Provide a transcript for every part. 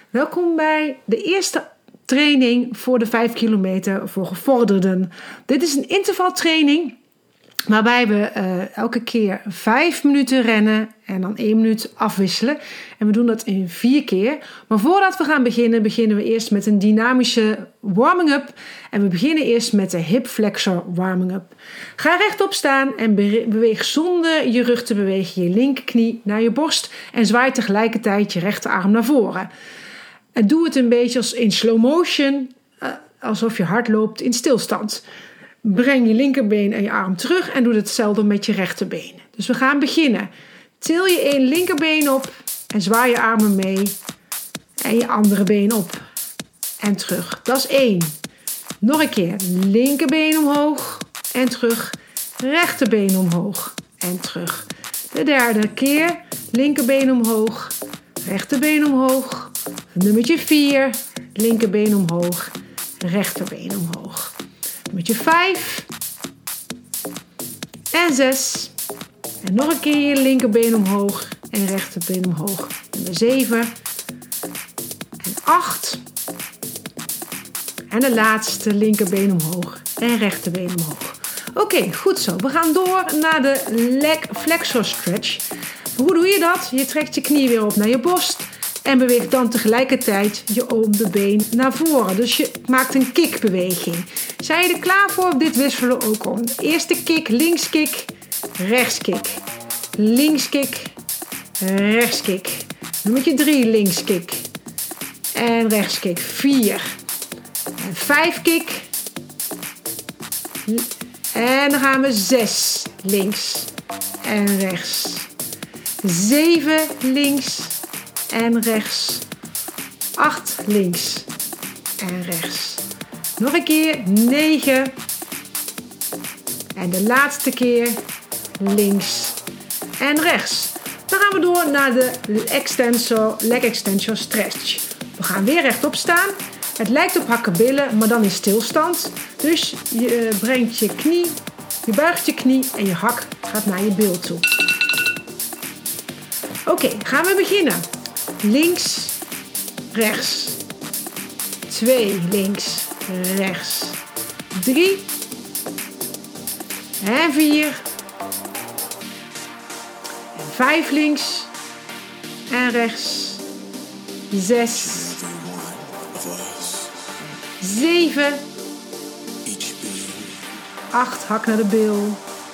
Welkom bij de eerste training voor de 5 kilometer voor gevorderden. Dit is een intervaltraining waarbij we elke keer 5 minuten rennen en dan 1 minuut afwisselen. En we doen dat in 4 keer. Maar voordat we gaan beginnen we eerst met een dynamische warming-up. En we beginnen eerst met de hip flexor warming-up. Ga rechtop staan en beweeg zonder je rug te bewegen je linkerknie naar je borst. En zwaai tegelijkertijd je rechterarm naar voren. En doe het een beetje als in slow motion, alsof je hard loopt in stilstand. Breng je linkerbeen en je arm terug en doe hetzelfde met je rechterbeen. Dus we gaan beginnen. Til je linkerbeen op en zwaai je armen mee. En je andere been op en terug. Dat is 1. Nog een keer. Linkerbeen omhoog en terug. Rechterbeen omhoog en terug. De derde keer. Linkerbeen omhoog. Rechterbeen omhoog. Nummertje 4. Linkerbeen omhoog. Rechterbeen omhoog. Nummertje 5. En 6. En nog een keer je linkerbeen omhoog en rechterbeen omhoog. Nummer 7. En 8. En de laatste linkerbeen omhoog en rechterbeen omhoog. Oké, goed zo. We gaan door naar de leg flexor stretch. Hoe doe je dat? Je trekt je knie weer op naar je borst. En beweegt dan tegelijkertijd je onderbeen naar voren. Dus je maakt een kickbeweging. Zijn je er klaar voor? Dit wisselen we ook om. Eerste kick, links kick, rechts kick. Links kick, rechts kick. Nummertje 3, links kick. En rechts kick. 4. En 5 kick. En dan gaan we 6 links en rechts. 7 links en rechts. 8 links en rechts. Nog een keer 9. En de laatste keer links en rechts. Dan gaan we door naar de leg extensor stretch. We gaan weer rechtop staan. Het lijkt op hakkenbillen, maar dan in stilstand. Dus je brengt je knie, je buigt je knie en je hak gaat naar je bil toe. Oké, gaan we beginnen. Links, rechts. 2 links, rechts. 3. En 4. En 5 links en rechts. 6. 7. 8, hak naar de bil.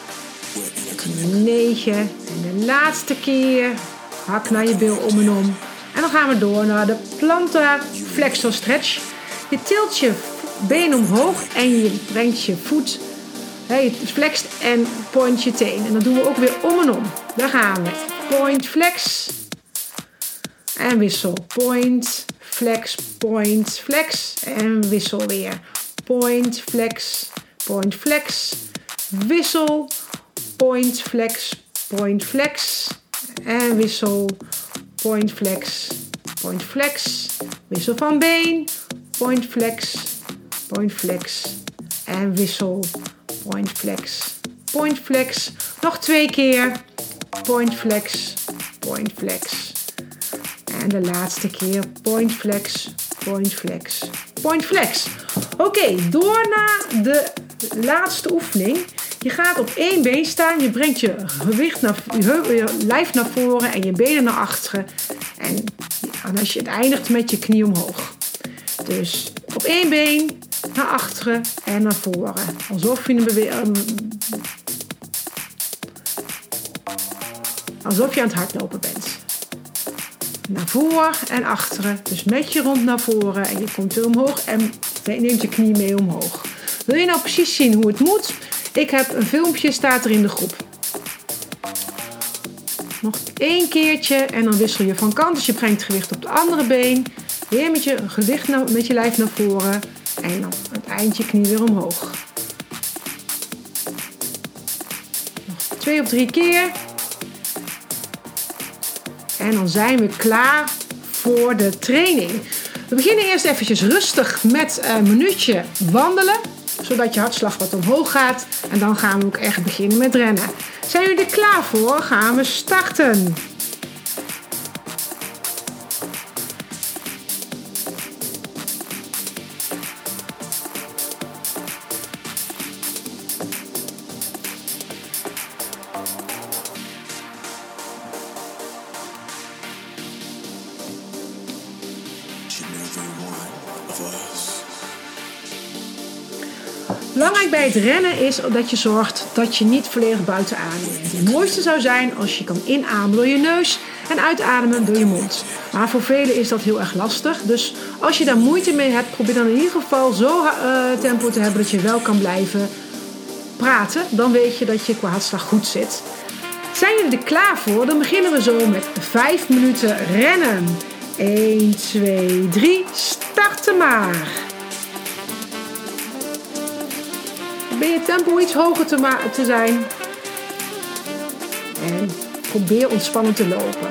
9. En de laatste keer. Hak naar je bil om en om. En dan gaan we door naar de plantar flexor stretch. Je tilt je been omhoog en je brengt je voet. Je flext en point je teen. En dat doen we ook weer om en om. Daar gaan we. Point, flex. En wissel. Point, flex, point, flex. En wissel weer. Point, flex, point, flex. Wissel. Point, flex, point, flex. En wissel. Point, flex, point, flex. Wissel van been. Point, flex, point, flex. En wissel. Point, flex, point, flex. Nog 2 keer. Point, flex, point, flex. En de laatste keer. Point, flex, point, flex, point, flex. Oké, door naar de laatste oefening. Je gaat op 1 been staan. Je brengt je gewicht je lijf naar voren en je benen naar achteren. En als je het eindigt met je knie omhoog. Dus op 1 been naar achteren en naar voren. Alsof je aan het hardlopen bent. Naar voren en achteren. Dus met je rond naar voren en je komt weer omhoog en neemt je knie mee omhoog. Wil je nou precies zien hoe het moet? Ik heb een filmpje, staat er in de groep. Nog 1 keertje en dan wissel je van kant. Dus je brengt het gewicht op de andere been. Weer met je gewicht met je lijf naar voren. En dan het eind je knie weer omhoog. Nog 2 of 3 keer. En dan zijn we klaar voor de training. We beginnen eerst eventjes rustig met een minuutje wandelen. Zodat je hartslag wat omhoog gaat. En dan gaan we ook echt beginnen met rennen. Zijn jullie er klaar voor? Gaan we starten. Belangrijk bij het rennen is dat je zorgt dat je niet volledig buiten adem bent. Het mooiste zou zijn als je kan inademen door je neus en uitademen door je mond. Maar voor velen is dat heel erg lastig. Dus als je daar moeite mee hebt, probeer dan in ieder geval zo tempo te hebben dat je wel kan blijven praten. Dan weet je dat je qua hartslag goed zit. Zijn jullie er klaar voor? Dan beginnen we zo met 5 minuten rennen. 1, 2, 3, starten maar. Ben je tempo iets hoger te zijn. En probeer ontspannen te lopen.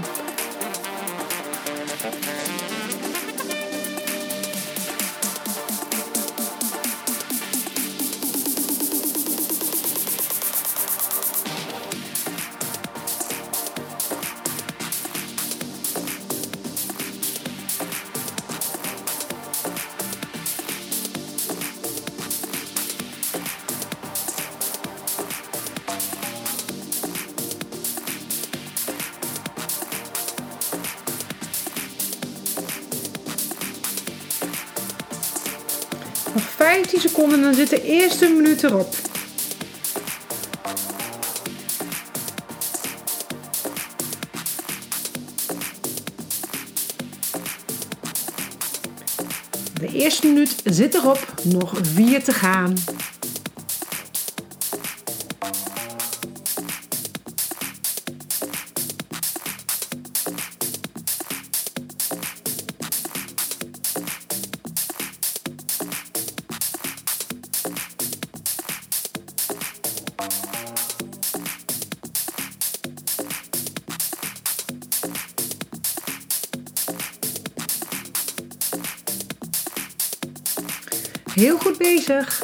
Nog 15 seconden en dan zit de eerste minuut erop. De eerste minuut zit erop, nog 4 te gaan. Heel goed bezig.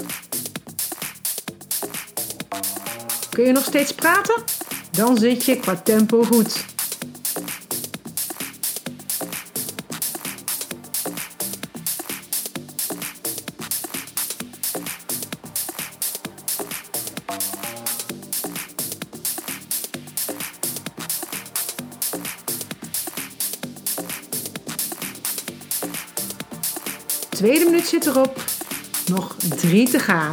Kun je nog steeds praten? Dan zit je qua tempo goed. Tweede minuut zit erop. Nog 3 te gaan.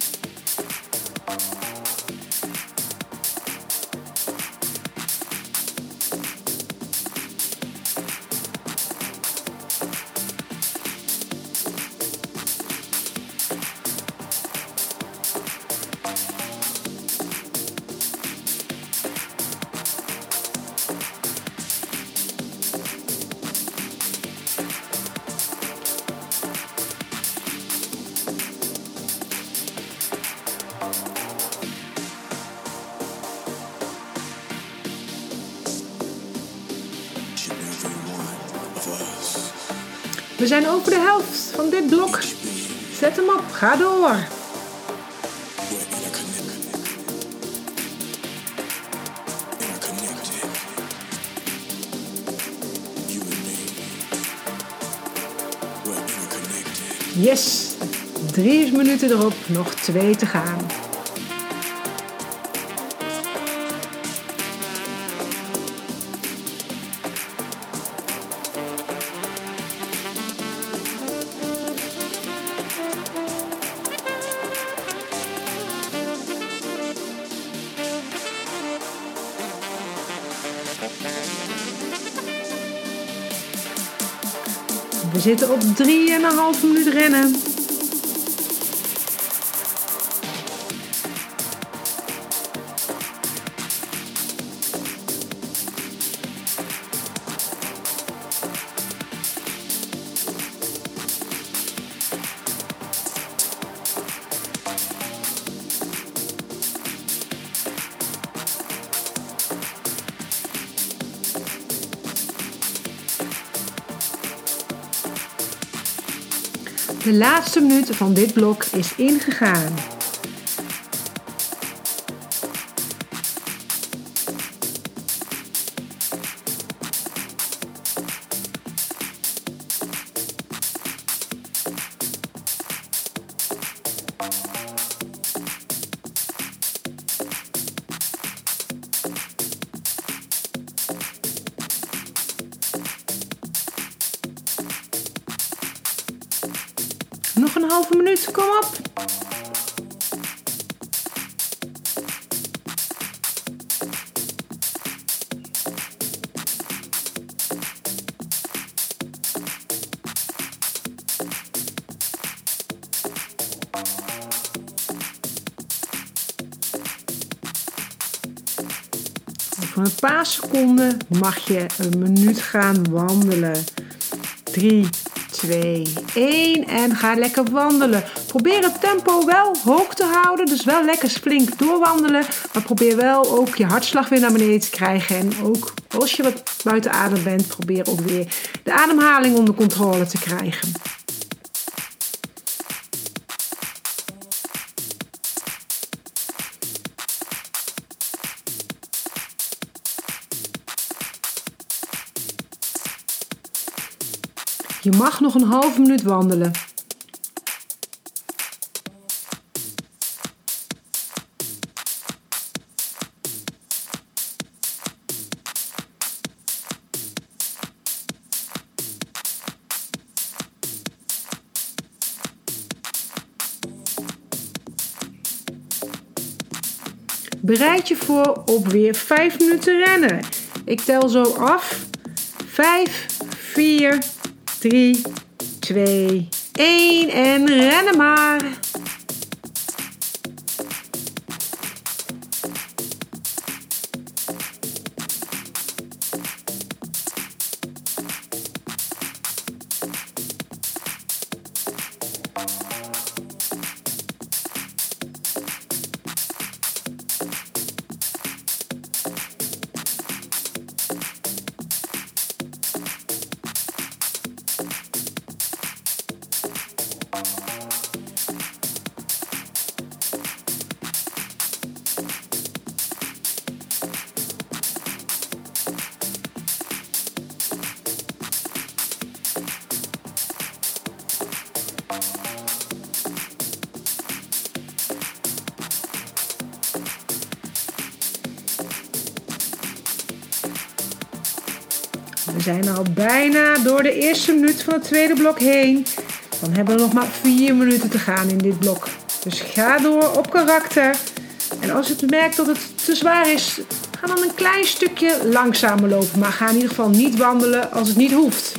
We zijn over de helft van dit blok. Zet hem op, ga door. Yes, 3 minuten erop, nog 2 te gaan. We zitten op 3,5 minuut rennen. De laatste minuut van dit blok is ingegaan. een halve minuut. Kom op. Over een paar seconden mag je een minuut gaan wandelen. 3, 2, 1 en ga lekker wandelen. Probeer het tempo wel hoog te houden, dus wel lekker flink doorwandelen. Maar probeer wel ook je hartslag weer naar beneden te krijgen. En ook als je wat buiten adem bent, probeer ook weer de ademhaling onder controle te krijgen. Je mag nog een halve minuut wandelen. Bereid je voor op weer 5 minuten rennen. Ik tel zo af. 5, 4, 3, 2, 1 en rennen maar. We zijn al bijna door de eerste minuut van het tweede blok heen. Dan hebben we nog maar 4 minuten te gaan in dit blok. Dus ga door op karakter. En als je merkt dat het te zwaar is, ga dan een klein stukje langzamer lopen. Maar ga in ieder geval niet wandelen als het niet hoeft.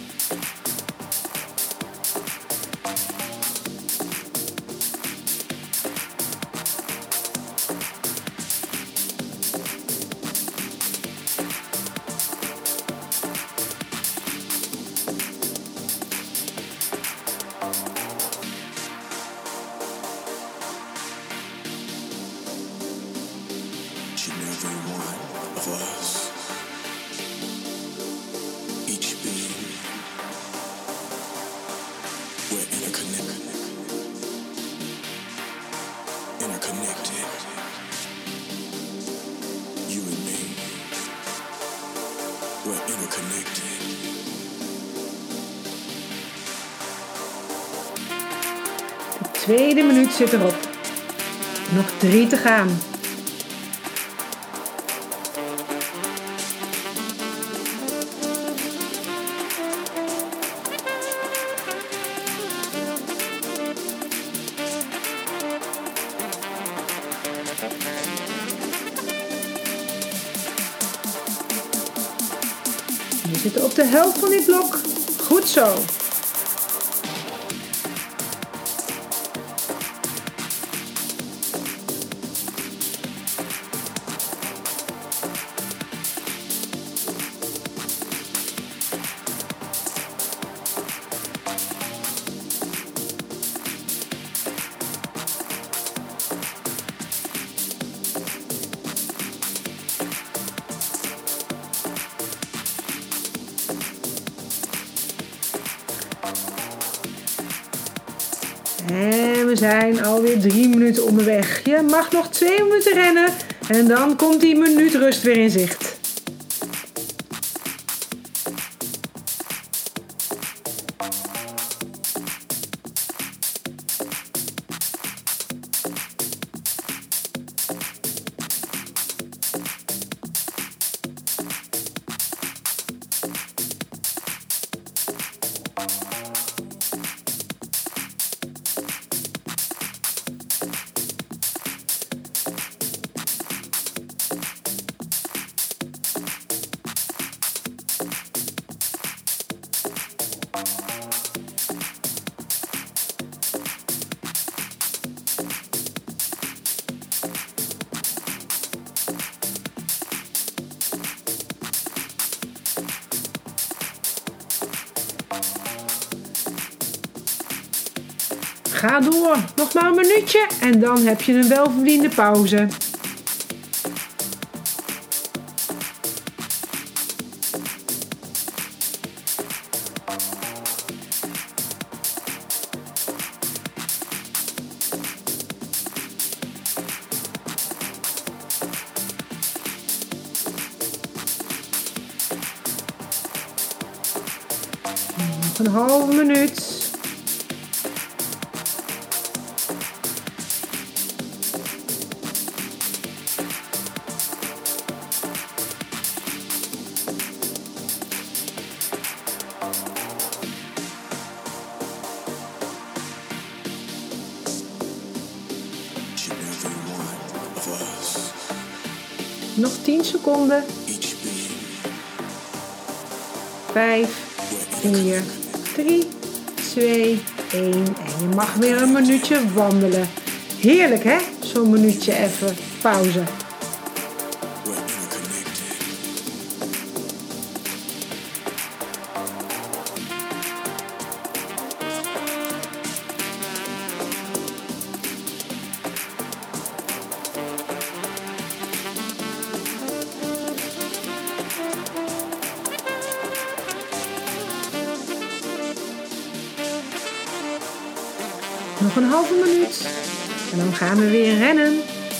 De tweede minuut zit erop. Nog 3 te gaan. We zitten op de helft van dit blok. Goed zo. En we zijn alweer 3 minuten onderweg. Je mag nog 2 minuten rennen en dan komt die minuut rust weer in zicht. Ga door, nog maar een minuutje en dan heb je een welverdiende pauze. Nog een halve minuut. Nog 10 seconden. 5, 4, 3, 2, 1. En je mag weer een minuutje wandelen. Heerlijk hè? Zo'n minuutje even pauze. Nog een halve minuut. En dan gaan we weer rennen.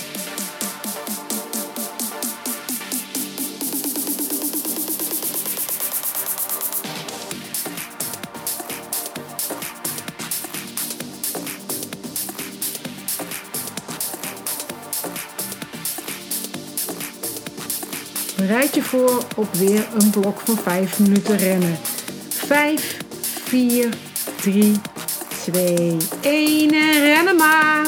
Bereid je voor op weer een blok van 5 minuten rennen. 5, 4, 3, 2, 1 en rennen maar.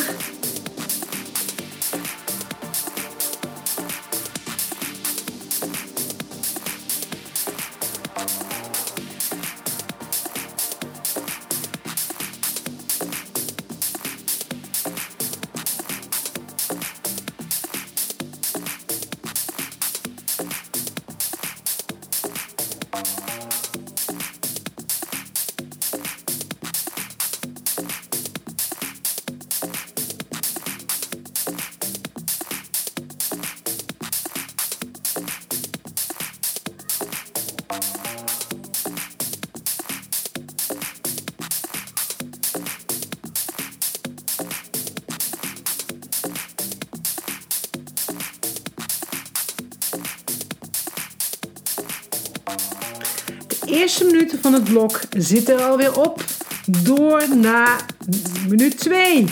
De eerste minuten van het blok zitten er alweer op. Door naar minuut 2.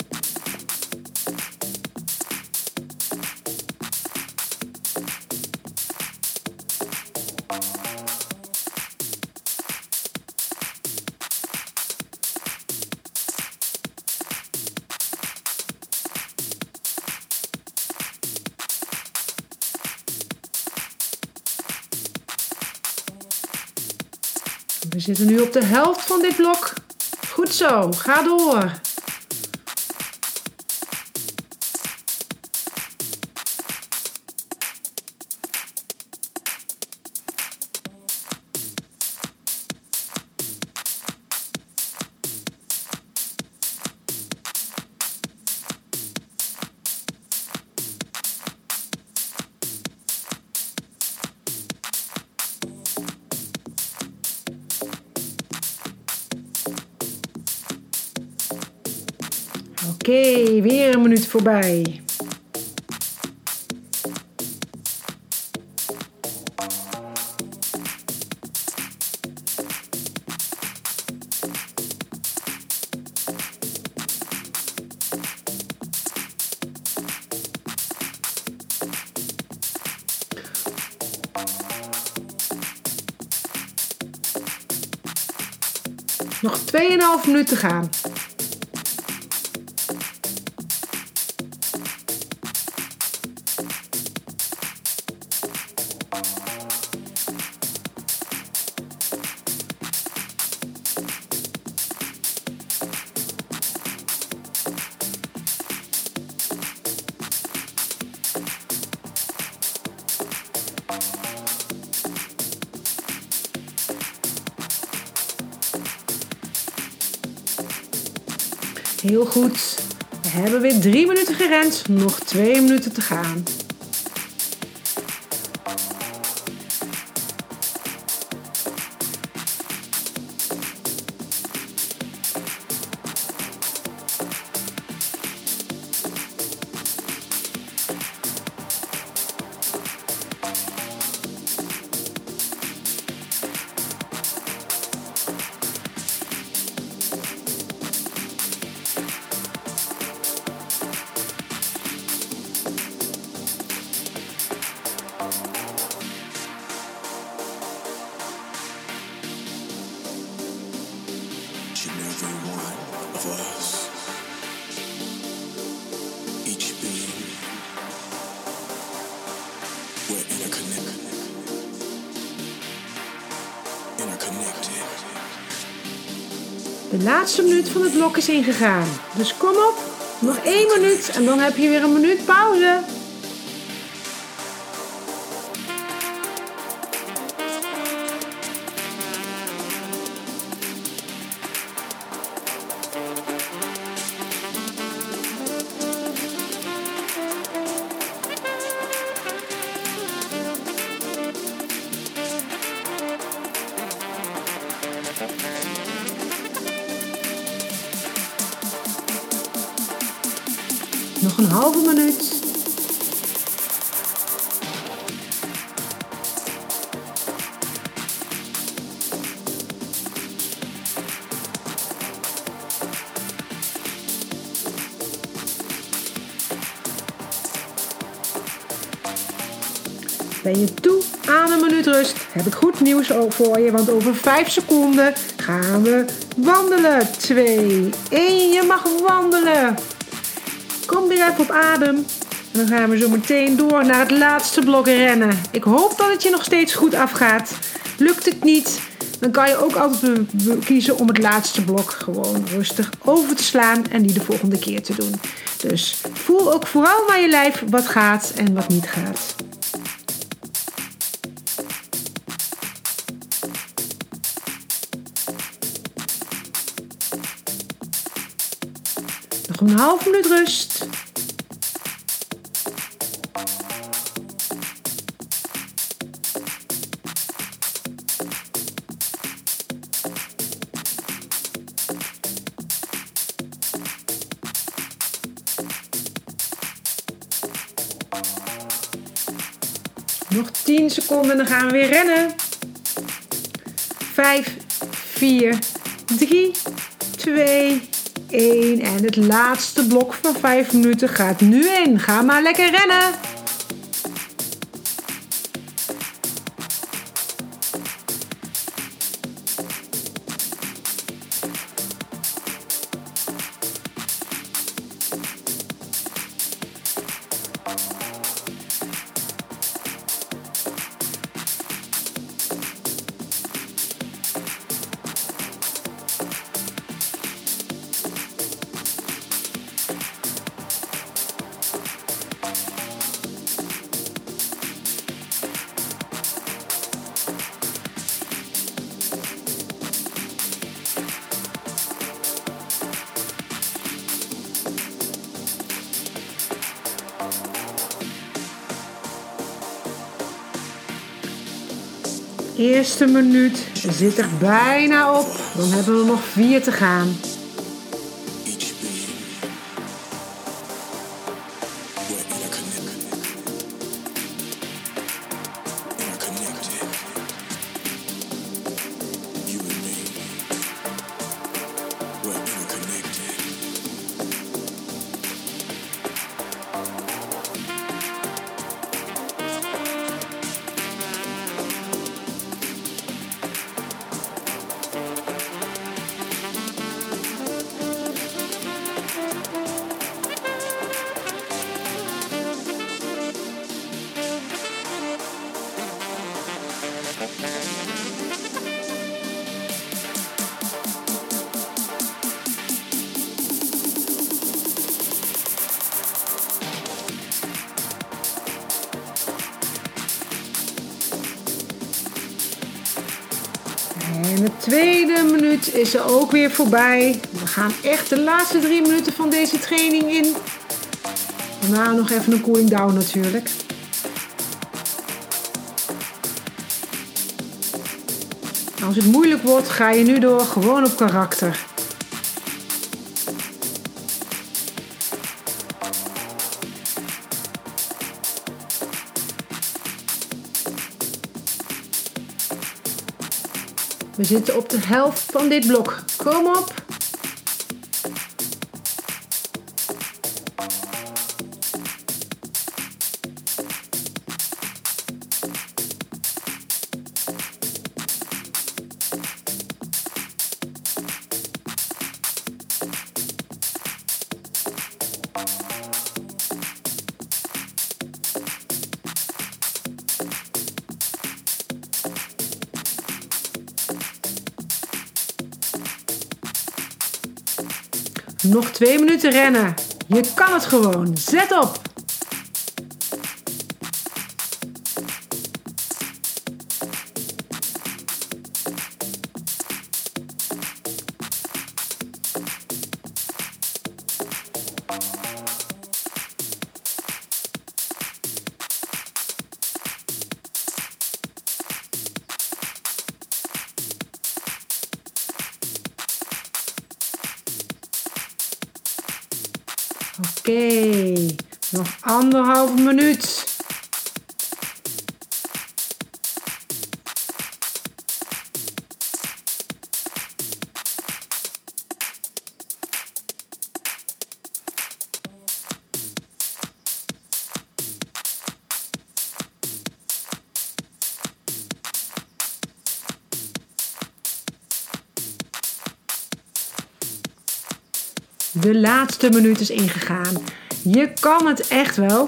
We zitten nu op de helft van dit blok. Goed zo, ga door. Oké, weer een minuut voorbij. Nog 2,5 minuten gaan. Heel goed. We hebben weer 3 minuten gerend. Nog 2 minuten te gaan. De laatste minuut van het blok is ingegaan. Dus kom op, nog 1 minuut en dan heb je weer een minuut pauze. Nog een halve minuut. Ben je toe aan een minuut rust? Heb ik goed nieuws voor je, want over 5 seconden gaan we wandelen. 2, 1, je mag wandelen. Kom weer even op adem. En dan gaan we zo meteen door naar het laatste blok rennen. Ik hoop dat het je nog steeds goed afgaat. Lukt het niet, dan kan je ook altijd kiezen om het laatste blok gewoon rustig over te slaan en die de volgende keer te doen. Dus voel ook vooral naar je lijf wat gaat en wat niet gaat. Nog een half minuut rust. Nog 10 seconden en dan gaan we weer rennen. 5, 4, 3, 2, 1. En het laatste blok van 5 minuten gaat nu in. Ga maar lekker rennen. Eerste minuut zit er bijna op. Dan hebben we nog 4 te gaan. tweede minuut is er ook weer voorbij. We gaan echt de laatste 3 minuten van deze training in. Daarna nog even een cooling down natuurlijk. Als het moeilijk wordt, ga je nu door gewoon op karakter. We zitten op de helft van dit blok. Kom op. Nog 2 minuten rennen. Je kan het gewoon. Zet op. Oké, nog 1,5 minuut. De laatste minuut is ingegaan. Je kan het echt wel.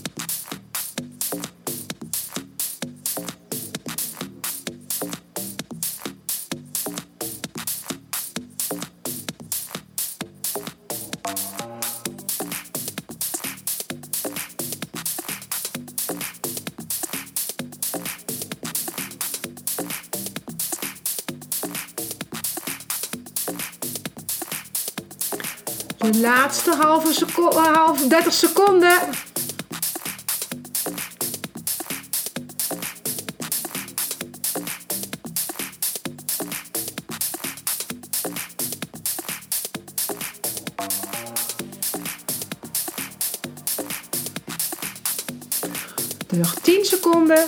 De laatste 30 seconden. Nog 10 seconden.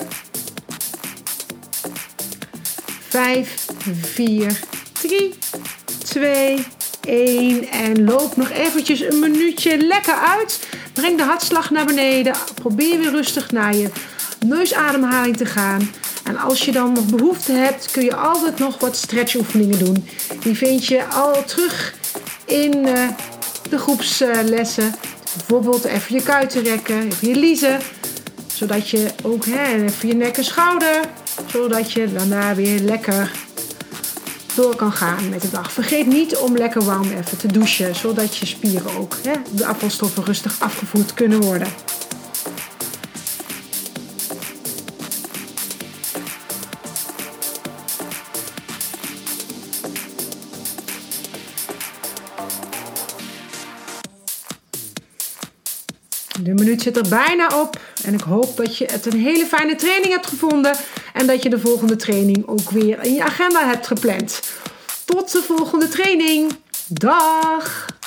5, 4, 3, 2, 1 en loop nog eventjes een minuutje lekker uit. Breng de hartslag naar beneden. Probeer weer rustig naar je neusademhaling te gaan. En als je dan nog behoefte hebt, kun je altijd nog wat stretchoefeningen doen. Die vind je al terug in de groepslessen. Bijvoorbeeld even je kuiten rekken, even je liezen. Zodat je ook even je nek en schouder. Zodat je daarna weer lekker door kan gaan met de dag. Vergeet niet om lekker warm even te douchen. Zodat je spieren ook de afvalstoffen rustig afgevoerd kunnen worden. De minuut zit er bijna op en ik hoop dat je het een hele fijne training hebt gevonden en dat je de volgende training ook weer in je agenda hebt gepland. Tot de volgende training. Dag!